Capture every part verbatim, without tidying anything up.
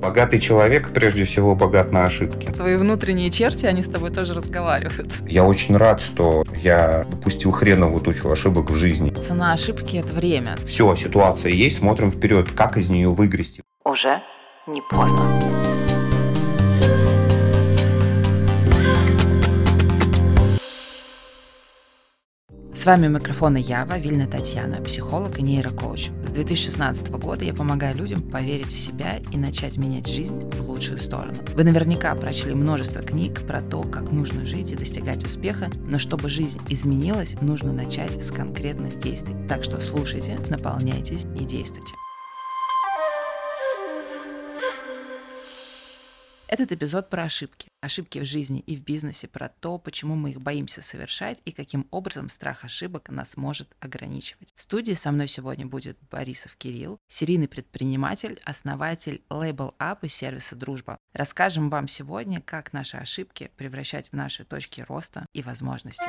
Богатый человек, прежде всего, богат на ошибки. Твои внутренние черти, они с тобой тоже разговаривают. Я очень рад, что я допустил хреновую тучу ошибок в жизни. Цена ошибки – это время. Все, ситуация есть, смотрим вперед, как из нее выгрести. Уже не поздно. С вами у микрофона Ява, Вильна Татьяна, психолог и нейрокоуч. С две тысячи шестнадцатого года я помогаю людям поверить в себя и начать менять жизнь в лучшую сторону. Вы наверняка прочли множество книг про то, как нужно жить и достигать успеха, но чтобы жизнь изменилась, нужно начать с конкретных действий. Так что слушайте, наполняйтесь и действуйте. Этот эпизод про ошибки. Ошибки в жизни и в бизнесе, про то, почему мы их боимся совершать и каким образом страх ошибок нас может ограничивать. В студии со мной сегодня будет Борисов Кирилл, серийный предприниматель, основатель Label Up и сервиса «Дружба». Расскажем вам сегодня, как наши ошибки превращать в наши точки роста и возможности.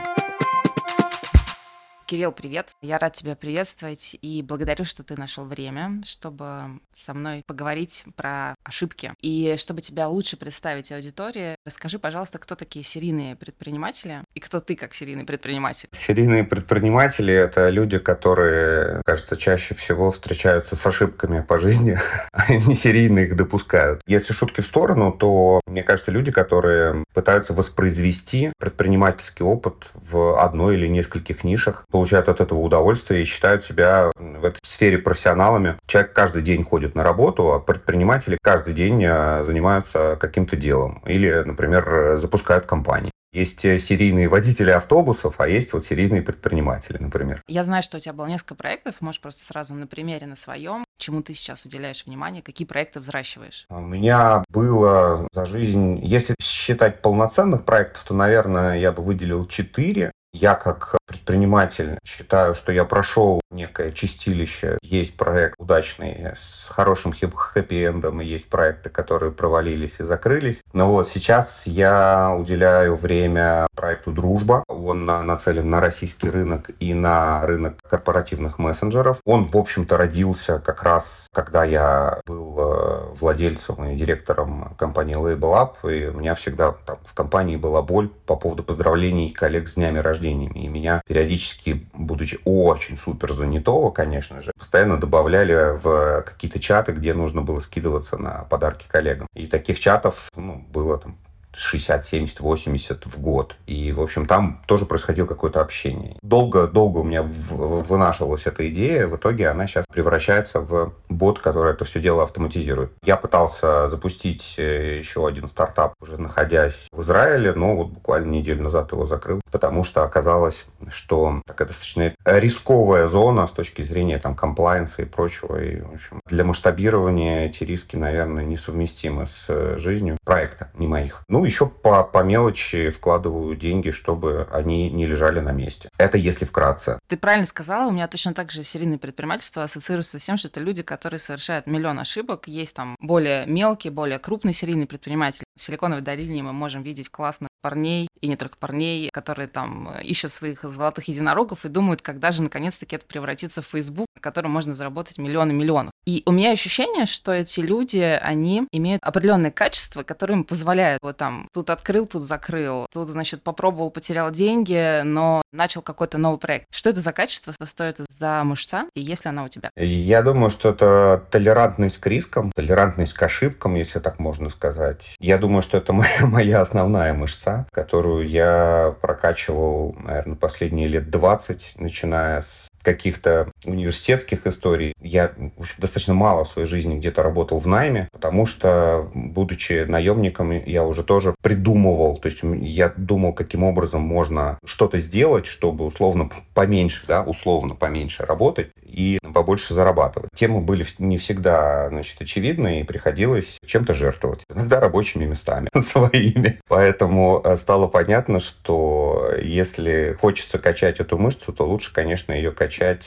Кирилл, привет! Я рад тебя приветствовать и благодарю, что ты нашел время, чтобы со мной поговорить про ошибки. И чтобы тебя лучше представить аудитории, расскажи, пожалуйста, кто такие серийные предприниматели и кто ты как серийный предприниматель? Серийные предприниматели — это люди, которые, кажется, чаще всего встречаются с ошибками по жизни, а не серийно их допускают. Если шутки в сторону, то, мне кажется, люди, которые пытаются воспроизвести предпринимательский опыт в одной или нескольких нишах, получают от этого удовольствие и считают себя в этой сфере профессионалами. Человек каждый день ходит на работу, а предприниматели каждый день занимаются каким-то делом. Или, например, запускают компании. Есть серийные водители автобусов, а есть вот серийные предприниматели, например. Я знаю, что у тебя было несколько проектов. Можешь просто сразу на примере, на своем, чему ты сейчас уделяешь внимание, какие проекты взращиваешь? У меня было за жизнь, если считать полноценных проектов, то, наверное, я бы выделил четыре. Я как предприниматель считаю, что я прошел некое чистилище. Есть проект удачный с хорошим хэппи-эндом, и есть проекты, которые провалились и закрылись. Но вот сейчас я уделяю время проекту «Дружба». Он нацелен на российский рынок и на рынок корпоративных мессенджеров. Он, в общем-то, родился как раз, когда я был владельцем и директором компании Label Up, и у меня всегда там в компании была боль по поводу поздравлений коллег с днями рождения. И меня периодически, будучи очень супер занятого, конечно же, постоянно добавляли в какие-то чаты, где нужно было скидываться на подарки коллегам. И таких чатов ну, было там шестьдесят, семьдесят, восемьдесят в год. И, в общем, там тоже происходило какое-то общение. Долго-долго у меня вынашивалась эта идея. В итоге она сейчас превращается в бот, который это все дело автоматизирует. Я пытался запустить еще один стартап, уже находясь в Израиле, но вот буквально неделю назад его закрыл, потому что оказалось, что такая достаточно рисковая зона с точки зрения там комплайенса и прочего. И, в общем, для масштабирования эти риски, наверное, несовместимы с жизнью проекта, не моих. Ну, еще по, по мелочи вкладываю деньги, чтобы они не лежали на месте. Это если вкратце. Ты правильно сказала, у меня точно так же серийное предпринимательство ассоциируется с тем, что это люди, которые совершают миллион ошибок. Есть там более мелкие, более крупные серийные предприниматели. В Силиконовой долине мы можем видеть классных парней, и не только парней, которые там ищут своих золотых единорогов и думают, когда же наконец-таки это превратится в Facebook, на котором можно заработать миллионы миллионов. И у меня ощущение, что эти люди, они имеют определенные качества, которые им позволяют вот там тут открыл, тут закрыл, тут, значит, попробовал, потерял деньги, но начал какой-то новый проект. Что это за качество, что стоит за мышца, и есть ли она у тебя? Я думаю, что это толерантность к рискам, толерантность к ошибкам, если так можно сказать. Я думаю, что это моя, моя основная мышца, которую я прокачивал, наверное, последние лет двадцать, начиная с каких-то университетских историй. Я в общем, достаточно мало в своей жизни где-то работал в найме, потому что, будучи наемником, я уже тоже придумывал, то есть я думал, каким образом можно что-то сделать, чтобы условно поменьше, да, условно поменьше работать и побольше зарабатывать. Темы были не всегда, значит, очевидны, и приходилось чем-то жертвовать. Иногда рабочими местами своими. Поэтому стало понятно, что если хочется качать эту мышцу, то лучше, конечно, ее качать в одиночку,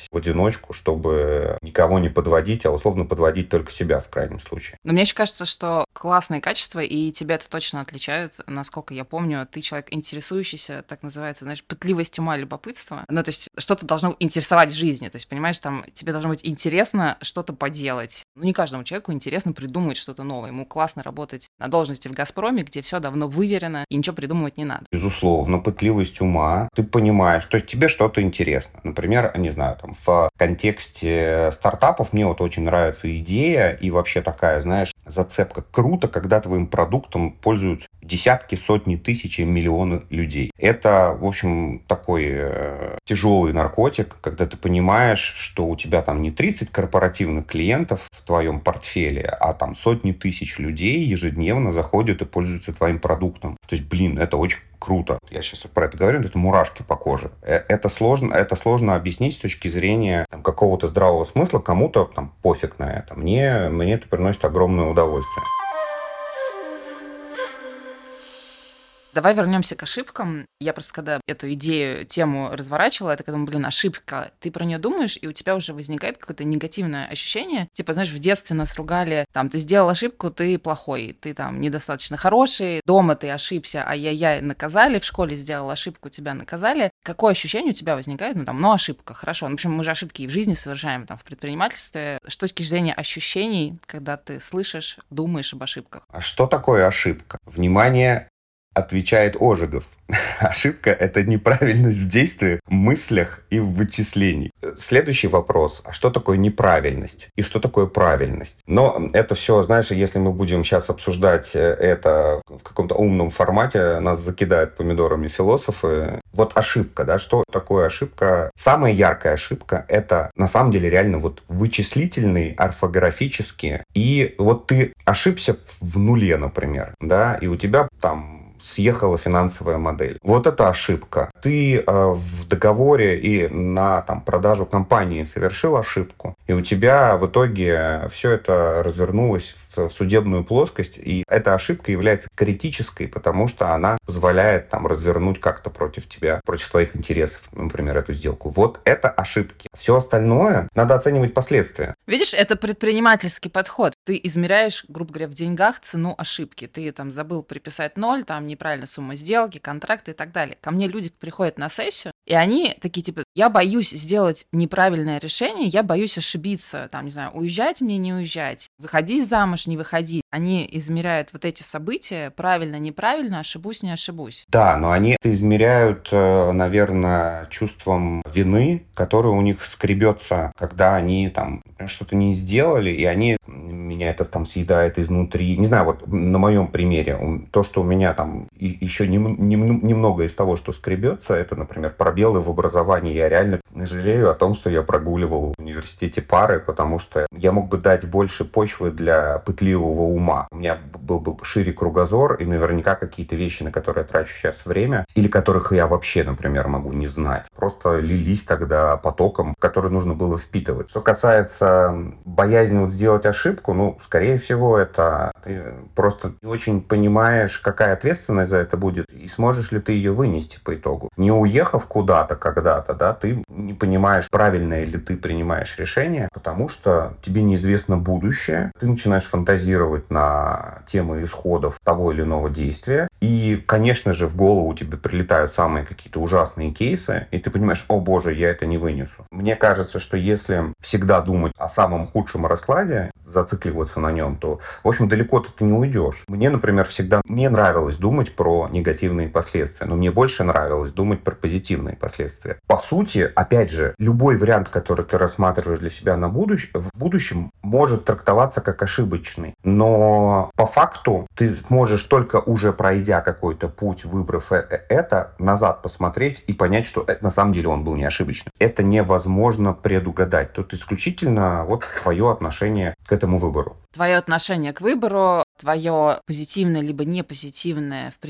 одиночку, чтобы никого не подводить, а условно подводить только себя в крайнем случае. Но мне еще кажется, что классные качества, и тебя это точно отличает, насколько я помню, ты человек интересующийся, так называется, знаешь, пытливость ума, любопытство. Ну, то есть что-то должно интересовать в жизни, то есть, понимаешь, там тебе должно быть интересно что-то поделать. Ну, не каждому человеку интересно придумать что-то новое, ему классно работать на должности в «Газпроме», где все давно выверено, и ничего придумывать не надо. Безусловно, пытливость ума, ты понимаешь, то есть тебе что-то интересно. Например, не знаю, там в контексте стартапов мне вот очень нравится идея и вообще такая, знаешь, зацепка. Круто, когда твоим продуктом пользуются десятки, сотни тысяч и миллионы людей. Это, в общем, такой э, тяжелый наркотик, когда ты понимаешь, что у тебя там не тридцать корпоративных клиентов в твоем портфеле, а там сотни тысяч людей ежедневно заходят и пользуются твоим продуктом. То есть, блин, это очень круто. Я сейчас про это говорю, это мурашки по коже. Это сложно, это сложно объяснить с точки зрения там, какого-то здравого смысла. Кому-то там пофиг на это. Мне, мне это приносит огромное удовольствие. Давай вернемся к ошибкам. Я просто, когда эту идею, тему разворачивала, я такая думаю, блин, ошибка. Ты про нее думаешь, и у тебя уже возникает какое-то негативное ощущение. Типа, знаешь, в детстве нас ругали, там, ты сделал ошибку, ты плохой, ты там недостаточно хороший, дома ты ошибся, ай-яй-яй, наказали, в школе сделал ошибку, тебя наказали. Какое ощущение у тебя возникает? Ну, там, ну, ошибка, хорошо. Ну, в общем, мы же ошибки и в жизни совершаем, там, в предпринимательстве. С точки зрения ощущений, когда ты слышишь, думаешь об ошибках. А что такое ошибка? Внимание, отвечает Ожегов. Ошибка — это неправильность в действиях, мыслях и в вычислении. Следующий вопрос. А что такое неправильность? И что такое правильность? Но это все, знаешь, если мы будем сейчас обсуждать это в каком-то умном формате, нас закидают помидорами философы. Вот ошибка, да, что такое ошибка? Самая яркая ошибка — это на самом деле реально вот вычислительные, орфографические. И вот ты ошибся в нуле, например, да, и у тебя там съехала финансовая модель. Вот это ошибка. Ты э, в договоре и на там, продажу компании совершил ошибку, и у тебя в итоге все это развернулось в судебную плоскость, и эта ошибка является критической, потому что она позволяет там развернуть как-то против тебя, против твоих интересов, например, эту сделку. Вот это ошибки. Все остальное надо оценивать последствия. Видишь, это предпринимательский подход. Ты измеряешь, грубо говоря, в деньгах цену ошибки. Ты там забыл приписать ноль, там неправильная сумма сделки, контракты и так далее. Ко мне люди приходят на сессию, и они такие, типа, я боюсь сделать неправильное решение, я боюсь ошибиться, там, не знаю, уезжать мне, не уезжать, выходить замуж, не выходить. Они измеряют вот эти события, правильно, неправильно, ошибусь, не ошибусь. Да, но они это измеряют, наверное, чувством вины, которое у них скребется, когда они там что-то не сделали, и они, меня это там съедает изнутри. Не знаю, вот на моем примере, то, что у меня там еще нем, нем, немного из того, что скребется, это, например, пробелы в образовании. Я реально жалею о том, что я прогуливал в университете пары, потому что я мог бы дать больше почвы для пытливого ума. У меня был бы шире кругозор, и наверняка какие-то вещи, на которые я трачу сейчас время, или которых я вообще, например, могу не знать, просто лились тогда потоком, который нужно было впитывать. Что касается боязни вот сделать ошибку, ну, скорее всего, это ты просто не очень понимаешь, какая ответственность за это будет, и сможешь ли ты ее вынести по итогу. Не уехав куда-то когда-то, да, ты не понимаешь, правильное ли ты принимаешь решение, потому что тебе неизвестно будущее, ты начинаешь фантазировать на темы исходов того или иного действия, и, конечно же, в голову тебе прилетают самые какие-то ужасные кейсы, и ты понимаешь, о боже, я это не вынесу. Мне кажется, что если всегда думать о самом худшем раскладе, зацикливаться на нем, то, в общем, далеко-то ты не уйдешь. Мне, например, всегда мне нравилось думать про негативные последствия, но мне больше нравилось думать про позитивные последствия. По сути, опять же, любой вариант, который ты рассматриваешь для себя на будущ... в будущем, может трактоваться как ошибочный. Но по факту ты можешь только уже пройдя какой-то путь, выбрав это, назад посмотреть и понять, что это, на самом деле он был не ошибочным. Это невозможно предугадать. Тут исключительно вот твое отношение к этому выбору. Твое отношение к выбору, твое позитивное либо не позитивное, в принципе,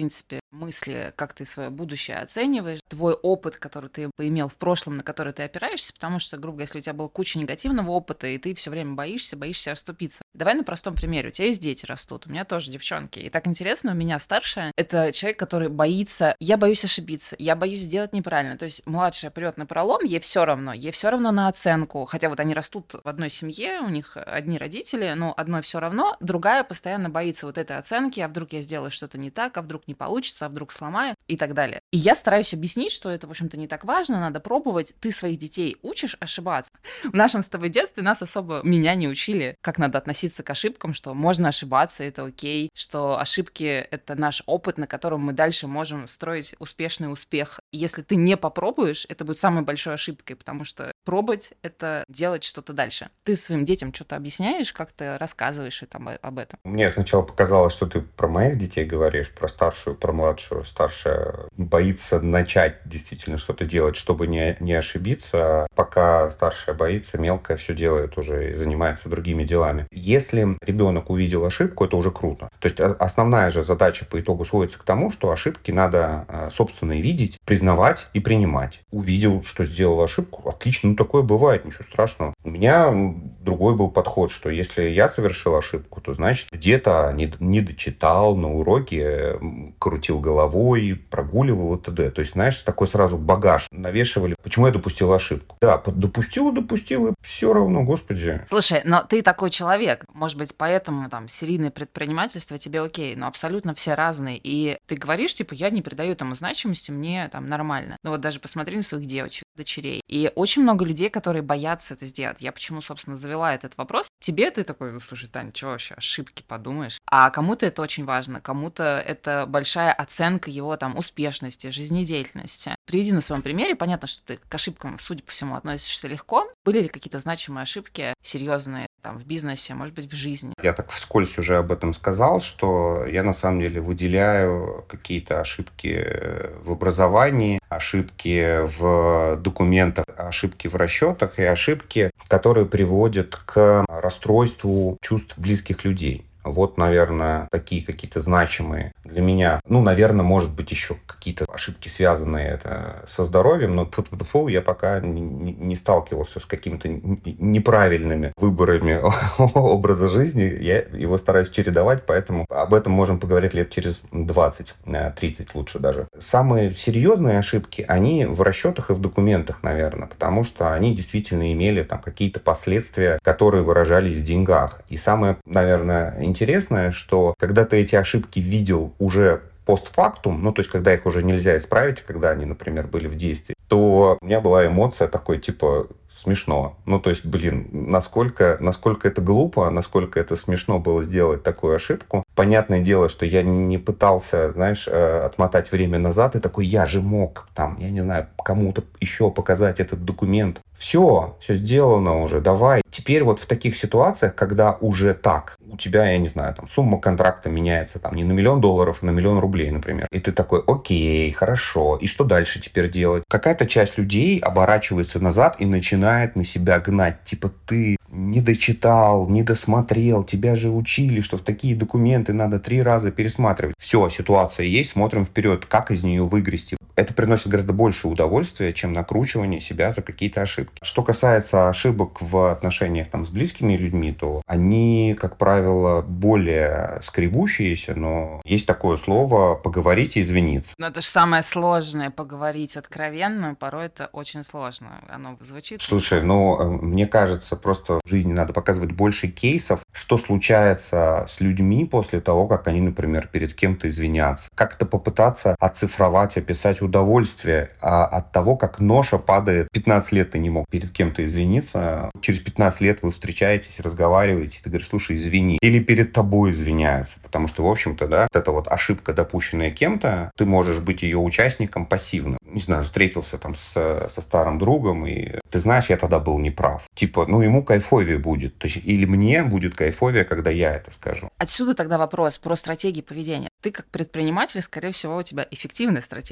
мысли, как ты свое будущее оцениваешь, твой опыт, который ты имел в прошлом, на который ты опираешься, потому что, грубо говоря, если у тебя была куча негативного опыта, и ты все время боишься, боишься расступиться. Давай на простом примере. У тебя есть дети растут, у меня тоже девчонки. И так интересно, у меня старшая — это человек, который боится, я боюсь ошибиться, я боюсь сделать неправильно. То есть младшая прет на пролом, ей все равно, ей все равно на оценку. Хотя вот они растут в одной семье, у них одни родители, но одной все равно, другая постоянно боится вот этой оценки, а вдруг я сделаю что-то не так, а вдруг не получится, а вдруг сломаю и так далее. И я стараюсь объяснить, что это, в общем-то, не так важно, надо пробовать. Ты своих детей учишь ошибаться. В нашем с тобой детстве нас особо, меня не учили, как надо относиться к ошибкам, что можно ошибаться, это окей, что ошибки — это наш опыт, на котором мы дальше можем строить успешный успех. И если ты не попробуешь, это будет самой большой ошибкой, потому что пробовать — это делать что-то дальше. Ты своим детям что-то объясняешь, как ты рассказываешь там об этом? Мне сначала показалось, что ты про моих детей говоришь, про старшую, про младшую. Старшая боится начать действительно что-то делать, чтобы не, не ошибиться, а пока старшая боится, мелкая все делает уже и занимается другими делами. Если ребенок увидел ошибку, это уже круто. То есть основная же задача по итогу сводится к тому, что ошибки надо, собственно, и видеть, признавать и принимать. Увидел, что сделал ошибку, отлично, ну такое бывает, ничего страшного. У меня другой был подход, что если я совершил ошибку, то значит где-то не, не дочитал на уроке, крутил головой, прогуливал и т.д. То есть, знаешь, такой сразу багаж навешивали. Почему я допустил ошибку? Да, допустил, допустил, и все равно, господи. Слушай, но ты такой человек, может быть, поэтому там серийное предпринимательство тебе окей, но абсолютно все разные. И ты говоришь, типа, я не придаю этому значимости, мне там нормально. Ну вот даже посмотри на своих девочек, дочерей. И очень много людей, которые боятся это сделать. Я почему, собственно, завела этот вопрос. Тебе ты такой, ну, слушай, Таня, что вообще, ошибки, подумаешь. А кому-то это очень важно, кому-то это большая оценка его там успешности, жизнедеятельности. Приведи на своем примере, понятно, что ты к ошибкам, судя по всему, относишься легко. Были ли какие-то значимые ошибки, серьезные, там, в бизнесе, может быть, в жизни? Я так вскользь уже об этом сказал, что я на самом деле выделяю какие-то ошибки в образовании, ошибки в документах, ошибки в расчетах и ошибки, которые приводят к расстройству чувств близких людей. Вот, наверное, такие какие-то значимые для меня. Ну, наверное, может быть, еще какие-то ошибки, связанные это со здоровьем, но тьфу-тьфу, я пока не, не сталкивался с какими-то неправильными выборами образа жизни. Я его стараюсь чередовать, поэтому об этом можем поговорить лет через двадцать тридцать лучше даже. Самые серьезные ошибки, они в расчетах и в документах, наверное, потому что они действительно имели там какие-то последствия, которые выражались в деньгах. И самое, наверное, интересное, Интересное, что когда ты эти ошибки видел уже постфактум, ну, то есть, когда их уже нельзя исправить, когда они, например, были в действии, то у меня была эмоция такой, типа, смешно. Ну, то есть, блин, насколько, насколько это глупо, насколько это смешно было сделать такую ошибку. Понятное дело, что я не пытался, знаешь, отмотать время назад и такой, я же мог, там, я не знаю, кому-то еще показать этот документ. Все, все сделано уже, давай. Теперь вот в таких ситуациях, когда уже так, у тебя, я не знаю, там, сумма контракта меняется там не на миллион долларов, а на миллион рублей, например. И ты такой, окей, хорошо, и что дальше теперь делать? Какая-то часть людей оборачивается назад и начинает на себя гнать. Типа, ты не дочитал, не досмотрел, тебя же учили, что в такие документы надо три раза пересматривать. Все, ситуация есть, смотрим вперед, как из нее выгрести. Это приносит гораздо больше удовольствия, чем накручивание себя за какие-то ошибки. Что касается ошибок в отношениях там, с близкими людьми, то они, как правило, более скребущиеся, но есть такое слово «поговорить и извиниться». Но это же самое сложное — поговорить откровенно, порой это очень сложно. Оно звучит... Слушай, ну, мне кажется, просто в жизни надо показывать больше кейсов, что случается с людьми после того, как они, например, перед кем-то извинятся. Как-то попытаться оцифровать, описать удовольствие от того, как ноша падает. пятнадцать лет ты не мог перед кем-то извиниться. Через пятнадцать лет вы встречаетесь, разговариваете, ты говоришь, слушай, извини. Или перед тобой извиняются. Потому что, в общем-то, да, вот эта вот ошибка, допущенная кем-то, ты можешь быть ее участником пассивно. Не знаю, встретился там с, со старым другом, и ты знаешь, я тогда был неправ. Типа, ну, ему кайфовее будет. То есть, или мне будет кайфовее, когда я это скажу. Отсюда тогда вопрос про стратегии поведения. Ты как предприниматель, скорее всего, у тебя эффективная стратегия поведения.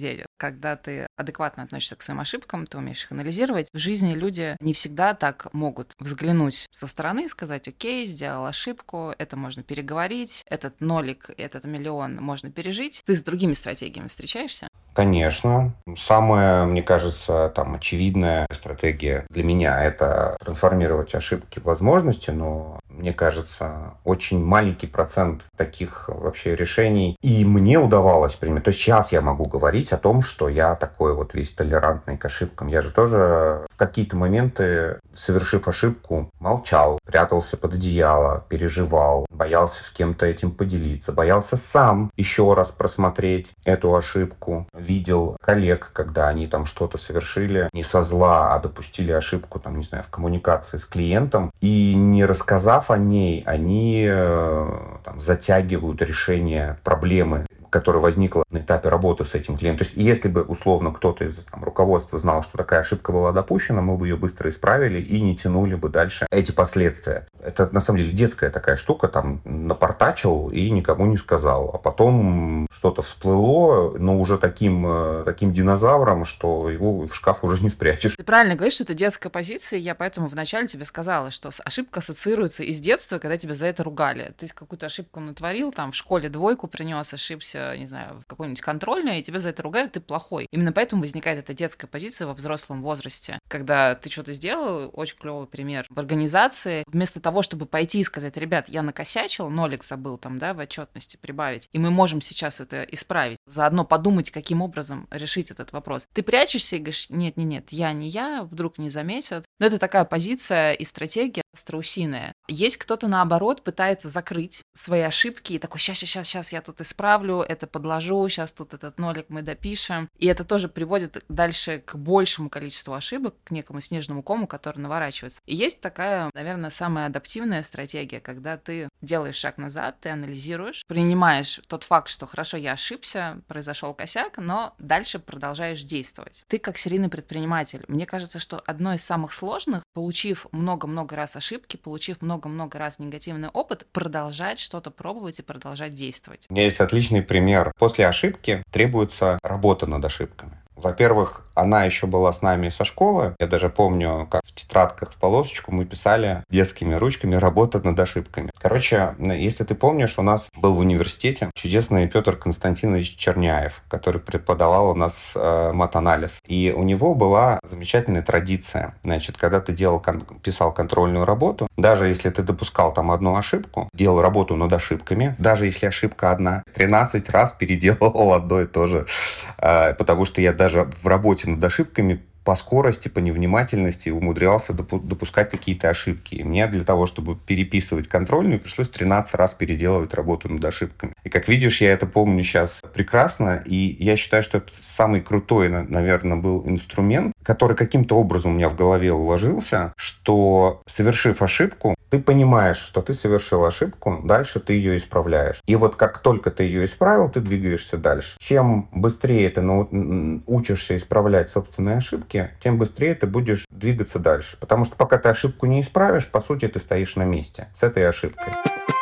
день. Когда ты адекватно относишься к своим ошибкам, ты умеешь их анализировать. В жизни люди не всегда так могут взглянуть со стороны и сказать: окей, сделал ошибку, это можно переговорить, этот нолик, этот миллион можно пережить. Ты с другими стратегиями встречаешься? Конечно. Самая, мне кажется, там очевидная стратегия для меня — это трансформировать ошибки в возможности, но мне кажется, очень маленький процент таких вообще решений и мне удавалось применять. То есть сейчас я могу говорить о том, что я такой вот весь толерантный к ошибкам. Я же тоже в какие-то моменты, совершив ошибку, молчал, прятался под одеяло, переживал, боялся с кем-то этим поделиться, боялся сам еще раз просмотреть эту ошибку. Видел коллег, когда они там что-то совершили не со зла, а допустили ошибку, там, не знаю, в коммуникации с клиентом, и не рассказав о ней, они э, там, затягивают решение проблемы, которая возникла на этапе работы с этим клиентом. То есть, если бы, условно, кто-то из там, руководства знал, что такая ошибка была допущена, мы бы ее быстро исправили и не тянули бы дальше эти последствия. Это, на самом деле, детская такая штука, там, напортачил и никому не сказал. А потом что-то всплыло, но уже таким, таким динозавром, что его в шкаф уже не спрячешь. Ты правильно говоришь, что это детская позиция, я поэтому вначале тебе сказала, что ошибка ассоциируется из детства, когда тебя за это ругали. Ты какую-то ошибку натворил, там, в школе двойку принес, ошибся, не знаю, в какую-нибудь контрольную, и тебя за это ругают, ты плохой. Именно поэтому возникает эта детская позиция во взрослом возрасте. Когда ты что-то сделал, очень клевый пример. В организации, вместо того, чтобы пойти и сказать: ребят, я накосячил, нолик забыл там, да, в отчетности прибавить, и мы можем сейчас это исправить, заодно подумать, каким образом решить этот вопрос. Ты прячешься и говоришь: нет-нет-нет, я не я, вдруг не заметят. Но это такая позиция и стратегия страусиная. Есть кто-то, наоборот, пытается закрыть свои ошибки и такой: сейчас-сейчас-сейчас я тут исправлю, это подложу, сейчас тут этот нолик мы допишем. И это тоже приводит дальше к большему количеству ошибок, к некому снежному кому, который наворачивается. И есть такая, наверное, самая адаптивная стратегия, когда ты делаешь шаг назад, ты анализируешь, принимаешь тот факт, что хорошо, я ошибся, произошел косяк, но дальше продолжаешь действовать. Ты как серийный предприниматель, мне кажется, что одно из самых сложных, получив много-много раз ошибки, получив много-много раз негативный опыт, продолжать что-то пробовать и продолжать действовать. У меня есть отличный пример. После ошибки требуется работа над ошибками. Во-первых, она еще была с нами со школы. Я даже помню, как в тетрадках в полосочку мы писали детскими ручками «Работа над ошибками». Короче, если ты помнишь, у нас был в университете чудесный Петр Константинович Черняев, который преподавал у нас э, матанализ. И у него была замечательная традиция. Значит, когда ты делал, кон- писал контрольную работу, даже если ты допускал там одну ошибку, делал работу над ошибками, даже если ошибка одна, тринадцать раз переделывал одно и то же. Э, потому что я даже в работе над ошибками по скорости, по невнимательности умудрялся допускать какие-то ошибки. И мне для того, чтобы переписывать контрольную, пришлось тринадцать раз переделывать работу над ошибками. И как видишь, я это помню сейчас прекрасно, и я считаю, что это самый крутой, наверное, был инструмент, который каким-то образом у меня в голове уложился, что, совершив ошибку, ты понимаешь, что ты совершил ошибку, дальше ты ее исправляешь. И вот как только ты ее исправил, ты двигаешься дальше. Чем быстрее ты учишься исправлять собственные ошибки, тем быстрее ты будешь двигаться дальше. Потому что пока ты ошибку не исправишь, по сути, ты стоишь на месте с этой ошибкой.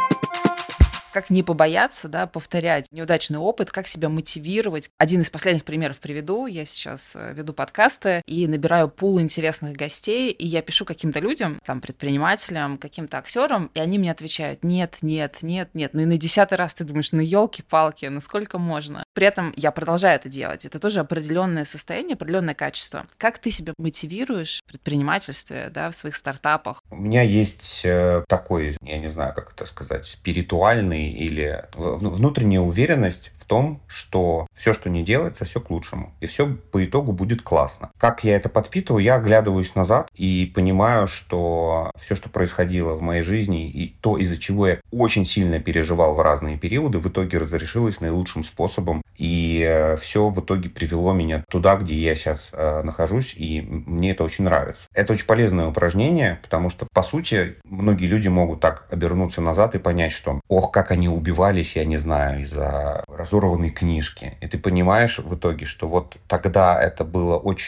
Как не побояться, да, повторять неудачный опыт, как себя мотивировать. Один из последних примеров приведу. Я сейчас веду подкасты и набираю пул интересных гостей, и я пишу каким-то людям, там, предпринимателям, каким-то актерам, и они мне отвечают: нет, нет, нет, нет. Ну и на десятый раз ты думаешь: ну елки-палки, ну сколько можно? При этом я продолжаю это делать. Это тоже определенное состояние, определенное качество. Как ты себя мотивируешь в предпринимательстве, да, в своих стартапах? У меня есть э, такой, я не знаю, как это сказать, спиритуальный или внутренняя уверенность в том, что все, что не делается, все к лучшему. И все по итогу будет классно. Как я это подпитываю? Я оглядываюсь назад и понимаю, что все, что происходило в моей жизни, и то, из-за чего я очень сильно переживал в разные периоды, в итоге разрешилось наилучшим способом. И все в итоге привело меня туда, где я сейчас э, нахожусь, и мне это очень нравится. Это очень полезное упражнение, потому что, по сути, многие люди могут так обернуться назад и понять, что ох, как они убивались, я не знаю, из-за разорванной книжки. И ты понимаешь в итоге, что вот тогда это было очень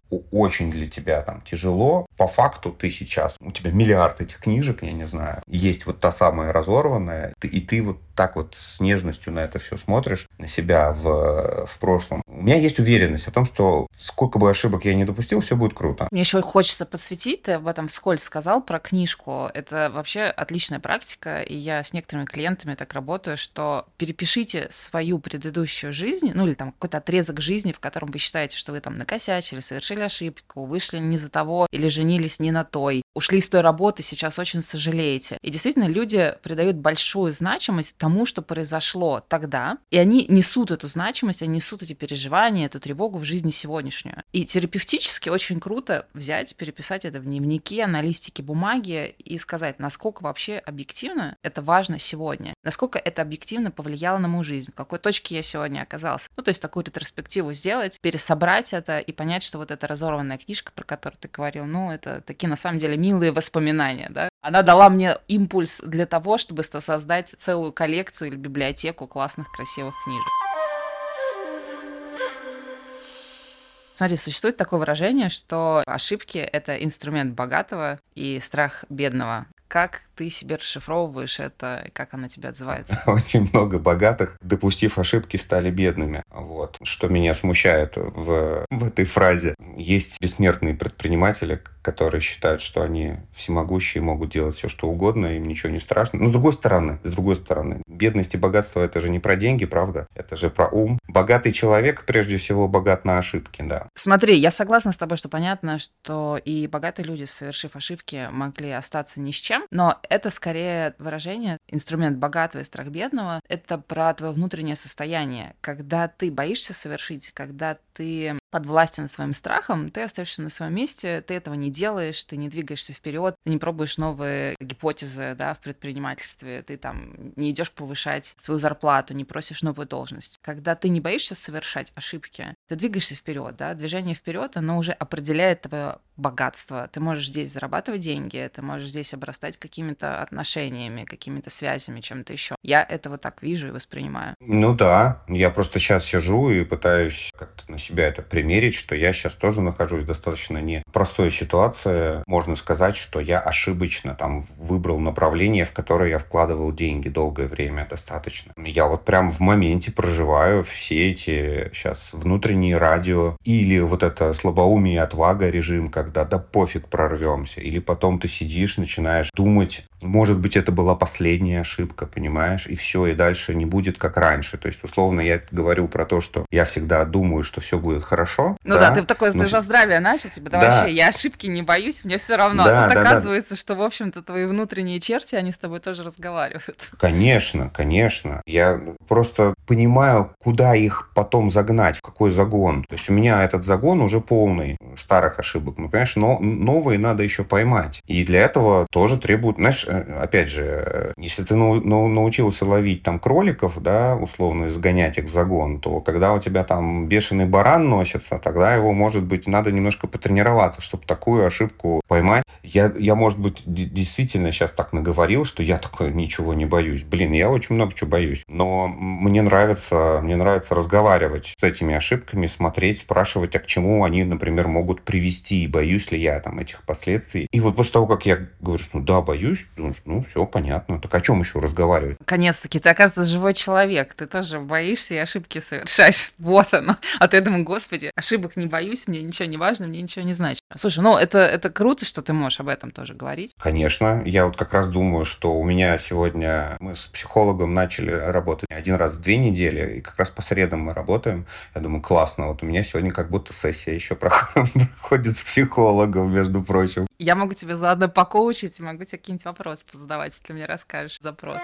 очень для тебя там тяжело, по факту ты сейчас, у тебя миллиард этих книжек, я не знаю, есть вот та самая разорванная, ты, и ты вот так вот с нежностью на это все смотришь, на себя в, в прошлом. У меня есть уверенность о том, что сколько бы ошибок я не допустил, все будет круто. Мне еще хочется подсветить, ты об этом вскользь сказал, про книжку. Это вообще отличная практика, и я с некоторыми клиентами так работаю, что перепишите свою предыдущую жизнь, ну или там какой-то отрезок жизни, в котором вы считаете, что вы там накосячили, совершили ошибку, вышли не за того или женились не на той, ушли из той работы, сейчас очень сожалеете. И действительно, люди придают большую значимость тому, что произошло тогда, и они несут эту значимость, они несут эти переживания, эту тревогу в жизни сегодняшнюю. И терапевтически очень круто взять, переписать это в дневнике, на листике бумаги и сказать, насколько вообще объективно это важно сегодня, насколько это объективно повлияло на мою жизнь, в какой точке я сегодня оказался. Ну, то есть такую ретроспективу сделать, пересобрать это и понять, что вот эта разорванная книжка, про которую ты говорил, ну, это такие на самом деле милые воспоминания, да. Она дала мне импульс для того, чтобы создать целую коллекцию или библиотеку классных, красивых книжек. Смотри, существует такое выражение, что ошибки — это инструмент богатого и страх бедного. Как ты себе расшифровываешь это, и как оно тебе отзывается? Очень много богатых, допустив ошибки, стали бедными. Вот. Что меня смущает в, в этой фразе. Есть бессмертные предприниматели, которые считают, что они всемогущие, могут делать все, что угодно, им ничего не страшно. Но с другой стороны, с другой стороны, бедность и богатство — это же не про деньги, правда? Это же про ум. Богатый человек, прежде всего, богат на ошибки, да. Смотри, я согласна с тобой, что понятно, что и богатые люди, совершив ошибки, могли остаться ни с чем, но это скорее выражение, инструмент богатого и страх бедного, это про твое внутреннее состояние. Когда ты боишься совершить, когда ты подвластен своим страхам, ты остаешься на своем месте, ты этого не делаешь, ты не двигаешься вперед, ты не пробуешь новые гипотезы, да, в предпринимательстве, ты там не идешь повышать свою зарплату, не просишь новую должность. Когда ты не боишься совершать ошибки, ты двигаешься вперед, да, движение вперед, оно уже определяет твое богатство. Ты можешь здесь зарабатывать деньги, ты можешь здесь обрастать какими-то отношениями, какими-то связями, чем-то еще. Я это вот так вижу и воспринимаю. Ну да, я просто сейчас сижу и пытаюсь как-то на себя это примерить, что я сейчас тоже нахожусь в достаточно непростой ситуации. Можно сказать, что я ошибочно там выбрал направление, в которое я вкладывал деньги долгое время достаточно. Я вот прям в моменте проживаю все эти сейчас внутренние радио или вот это слабоумие и отвага режим, когда да пофиг, прорвемся. Или потом ты сидишь, начинаешь думать, может быть, это была последняя ошибка, понимаешь, и все, и дальше не будет как раньше. То есть, условно, я говорю про то, что я всегда думаю, что все будет хорошо. Ну да, да ты такой но... за здравие начал, типа, да, да вообще, я ошибки не боюсь, мне все равно. Да, а тут да, оказывается, да. что, в общем-то, твои внутренние черти, они с тобой тоже разговаривают. Конечно, конечно. Я просто понимаю, куда их потом загнать, в какой загон. То есть у меня этот загон уже полный старых ошибок. Ну, понимаешь, но новые надо еще поймать. И для этого тоже требуют, знаешь, опять же, если ты научился ловить там кроликов, да, условно, изгонять их в загон, то когда у тебя там бешеный баран носится, тогда его, может быть, надо немножко потренироваться, чтобы такую ошибку поймать. Я, я может быть, действительно сейчас так наговорил, что я такой ничего не боюсь. Блин, я очень много чего боюсь. Но мне нравится, мне нравится разговаривать с этими ошибками, смотреть, спрашивать, а к чему они, например, могут привести, боюсь ли я там этих последствий. И вот после того, как я говорю, что ну да, боюсь, ну, ну все понятно. Так о чем еще разговаривать? Наконец-таки, ты, оказывается, живой человек. Ты тоже боишься и ошибки совершаешь. Вот оно. А ты думаешь, господи, ошибок не боюсь, мне ничего не важно, мне ничего не значит. Слушай, ну это, это круто, что ты можешь об этом тоже говорить. Конечно. Я вот как раз думаю, что у меня сегодня... Мы с психологом начали работать один раз в две недели, и как раз по средам мы работаем. Я думаю, классно. Вот у меня сегодня как будто сессия еще проходит с психологом, между прочим. Я могу тебе заодно покоучить, могу тебе какие-нибудь вопросы позадавать, если ты мне расскажешь запрос.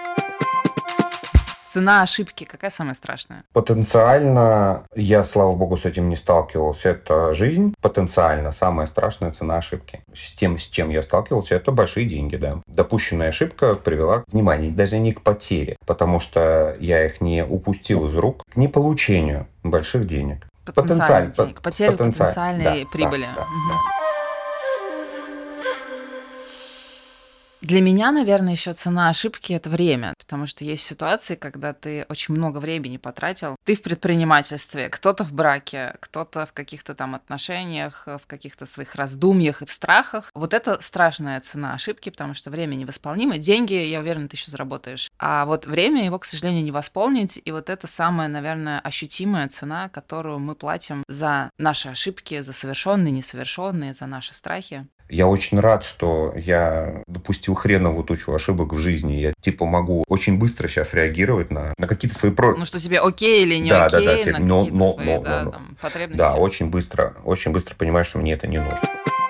Цена ошибки какая самая страшная? Потенциально, я, слава богу, с этим не сталкивался, это жизнь. Потенциально самая страшная цена ошибки. С тем, с чем я сталкивался, это большие деньги, да. Допущенная ошибка привела, внимание, даже не к потере, потому что я их не упустил из рук, к неполучению больших денег. Потенциальных денег, к потере потенциальной да, прибыли. Да, да, угу. да. Для меня, наверное, еще цена ошибки — это время, потому что есть ситуации, когда ты очень много времени потратил. Ты в предпринимательстве, кто-то в браке, кто-то в каких-то там отношениях, в каких-то своих раздумьях и в страхах. Вот это страшная цена ошибки, потому что время невосполнимо. Деньги, я уверена, ты еще заработаешь. А вот время его, к сожалению, не восполнить. И вот это самая, наверное, ощутимая цена, которую мы платим за наши ошибки, за совершенные, несовершенные, за наши страхи. Я очень рад, что я допустил хреновую тучу ошибок в жизни. Я, типа, могу очень быстро сейчас реагировать на, на какие-то свои... Про... Ну, что тебе окей или не да, окей, да, да, типа, на но, какие-то но, свои но, да, но, там, потребности. Да, очень быстро, очень быстро понимаешь, что мне это не нужно.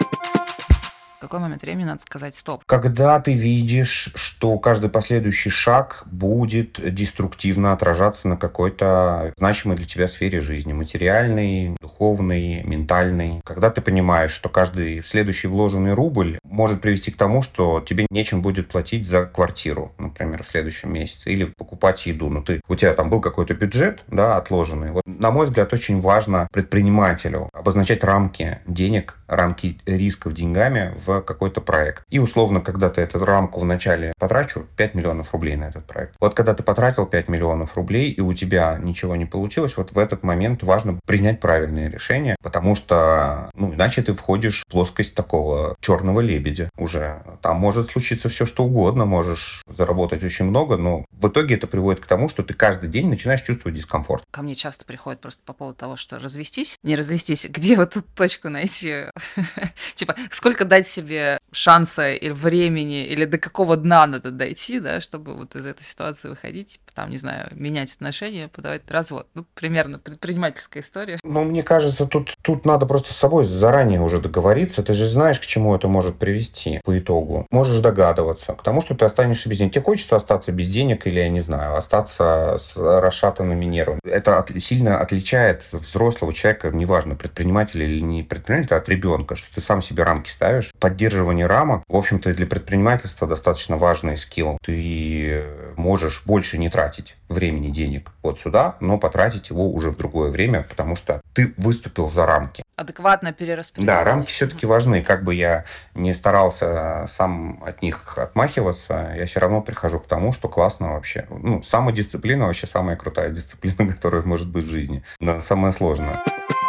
В какой момент времени надо сказать стоп? Когда ты видишь, что каждый последующий шаг будет деструктивно отражаться на какой-то значимой для тебя сфере жизни, материальной, духовной, ментальной. Когда ты понимаешь, что каждый следующий вложенный рубль может привести к тому, что тебе нечем будет платить за квартиру, например, в следующем месяце, или покупать еду. Ну, ты, у тебя там был какой-то бюджет, да, отложенный. Вот, на мой взгляд, очень важно предпринимателю обозначать рамки денег, рамки рисков деньгами в какой-то проект. И условно, когда ты эту рамку вначале потрачу, пять миллионов рублей на этот проект. Вот когда ты потратил пять миллионов рублей, и у тебя ничего не получилось, вот в этот момент важно принять правильное решение, потому что, ну, иначе ты входишь в плоскость такого черного лебедя уже. Там может случиться все, что угодно, можешь заработать очень много, но в итоге это приводит к тому, что ты каждый день начинаешь чувствовать дискомфорт. Ко мне часто приходят просто по поводу того, что развестись, не развестись, где вот эту точку найти? Типа, сколько дать себе шанса или времени, или до какого дна надо дойти, да, чтобы вот из этой ситуации выходить, там, не знаю, менять отношения, подавать развод. Ну, примерно предпринимательская история. Ну, мне кажется, тут, тут надо просто с собой заранее уже договориться. Ты же знаешь, к чему это может привести по итогу. Можешь догадываться. К тому, что ты останешься без денег. Тебе хочется остаться без денег или, я не знаю, остаться с расшатанными нервами. Это от, сильно отличает взрослого человека, неважно, предпринимателя или не предпринимателя, от ребенка, что ты сам себе рамки ставишь. Поддерживание рамок, в общем-то, для предпринимательства достаточно важный скилл. Ты можешь больше не тратить времени, денег вот сюда, но потратить его уже в другое время, потому что ты выступил за рамки. Адекватно перераспределить. Да, рамки все-таки важны. Как бы я не старался сам от них отмахиваться, я все равно прихожу к тому, что классно вообще. Ну, самодисциплина вообще самая крутая дисциплина, которая может быть в жизни. Да, самая сложная.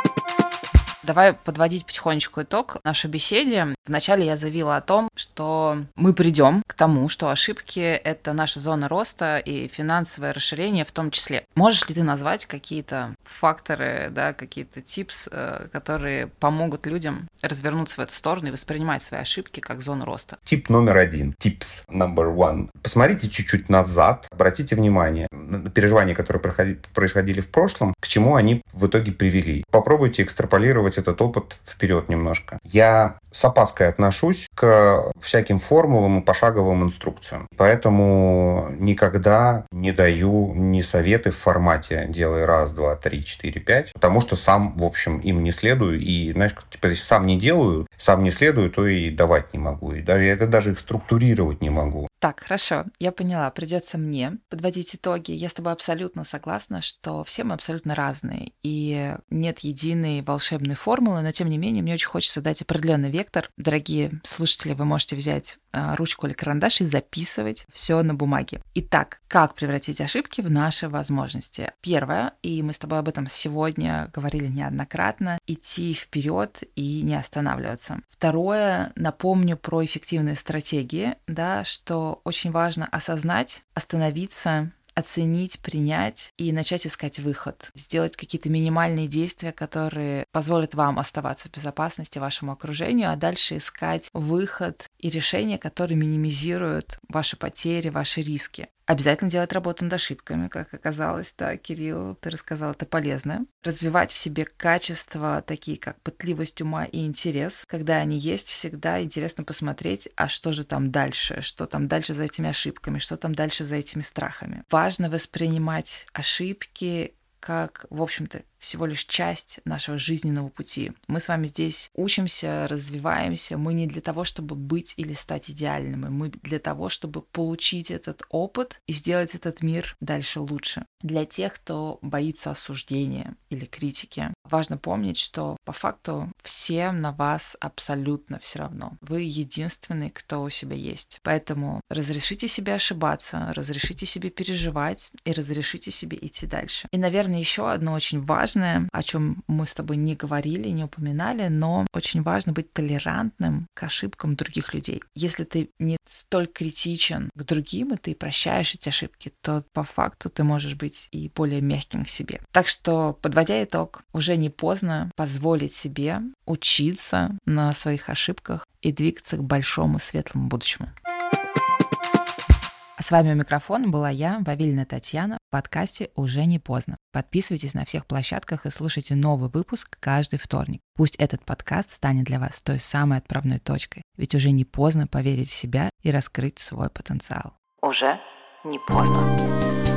Давай подводить потихонечку итог нашей беседе. Вначале я заявила о том, что мы придем к тому, что ошибки — это наша зона роста и финансовое расширение в том числе. Можешь ли ты назвать какие-то факторы, да, какие-то типс, которые помогут людям развернуться в эту сторону и воспринимать свои ошибки как зону роста? Тип номер один. Типс number one. Посмотрите чуть-чуть назад, обратите внимание на переживания, которые происходили в прошлом, к чему они в итоге привели. Попробуйте экстраполировать этот опыт вперед немножко. Я с опаской отношусь к всяким формулам и пошаговым инструкциям. Поэтому никогда не даю ни советы в формате «делай раз, два, три, четыре, пять», потому что сам, в общем, им не следую. И, знаешь, типа, если сам не делаю, сам не следую, то и давать не могу. И даже, я это даже их структурировать не могу. Так, хорошо, я поняла. Придется мне подводить итоги. Я с тобой абсолютно согласна, что все мы абсолютно разные, и нет единой волшебной формулы, но тем не менее мне очень хочется дать определенный вектор. Дорогие слушатели, вы можете взять а, ручку или карандаш и записывать все на бумаге. Итак, как превратить ошибки в наши возможности? Первое, и мы с тобой об этом сегодня говорили неоднократно, идти вперед и не останавливаться. Второе, напомню про эффективные стратегии, да, что очень важно осознать, остановиться, оценить, принять и начать искать выход. Сделать какие-то минимальные действия, которые позволят вам оставаться в безопасности, вашему окружению, а дальше искать выход и решения, которые минимизируют ваши потери, ваши риски. Обязательно делать работу над ошибками, как оказалось, да, Кирилл, ты рассказал, это полезно. Развивать в себе качества, такие как пытливость ума и интерес. Когда они есть, всегда интересно посмотреть, а что же там дальше, что там дальше за этими ошибками, что там дальше за этими страхами. Важно воспринимать ошибки как, в общем-то, всего лишь часть нашего жизненного пути. Мы с вами здесь учимся, развиваемся. Мы не для того, чтобы быть или стать идеальными. Мы для того, чтобы получить этот опыт и сделать этот мир дальше лучше. Для тех, кто боится осуждения или критики, важно помнить, что по факту всем на вас абсолютно все равно. Вы единственный, кто у себя есть. Поэтому разрешите себе ошибаться, разрешите себе переживать и разрешите себе идти дальше. И, наверное, еще одно очень важное, о чем мы с тобой не говорили, не упоминали, но очень важно быть толерантным к ошибкам других людей. Если ты не столь критичен к другим, и ты прощаешь эти ошибки, то по факту ты можешь быть и более мягким к себе. Так что, подводя итог, уже не поздно позволить себе учиться на своих ошибках и двигаться к большому светлому будущему. С вами у микрофона была я, Вавилина Татьяна, в подкасте «Уже не поздно». Подписывайтесь на всех площадках и слушайте новый выпуск каждый вторник. Пусть этот подкаст станет для вас той самой отправной точкой, ведь уже не поздно поверить в себя и раскрыть свой потенциал. Уже не поздно.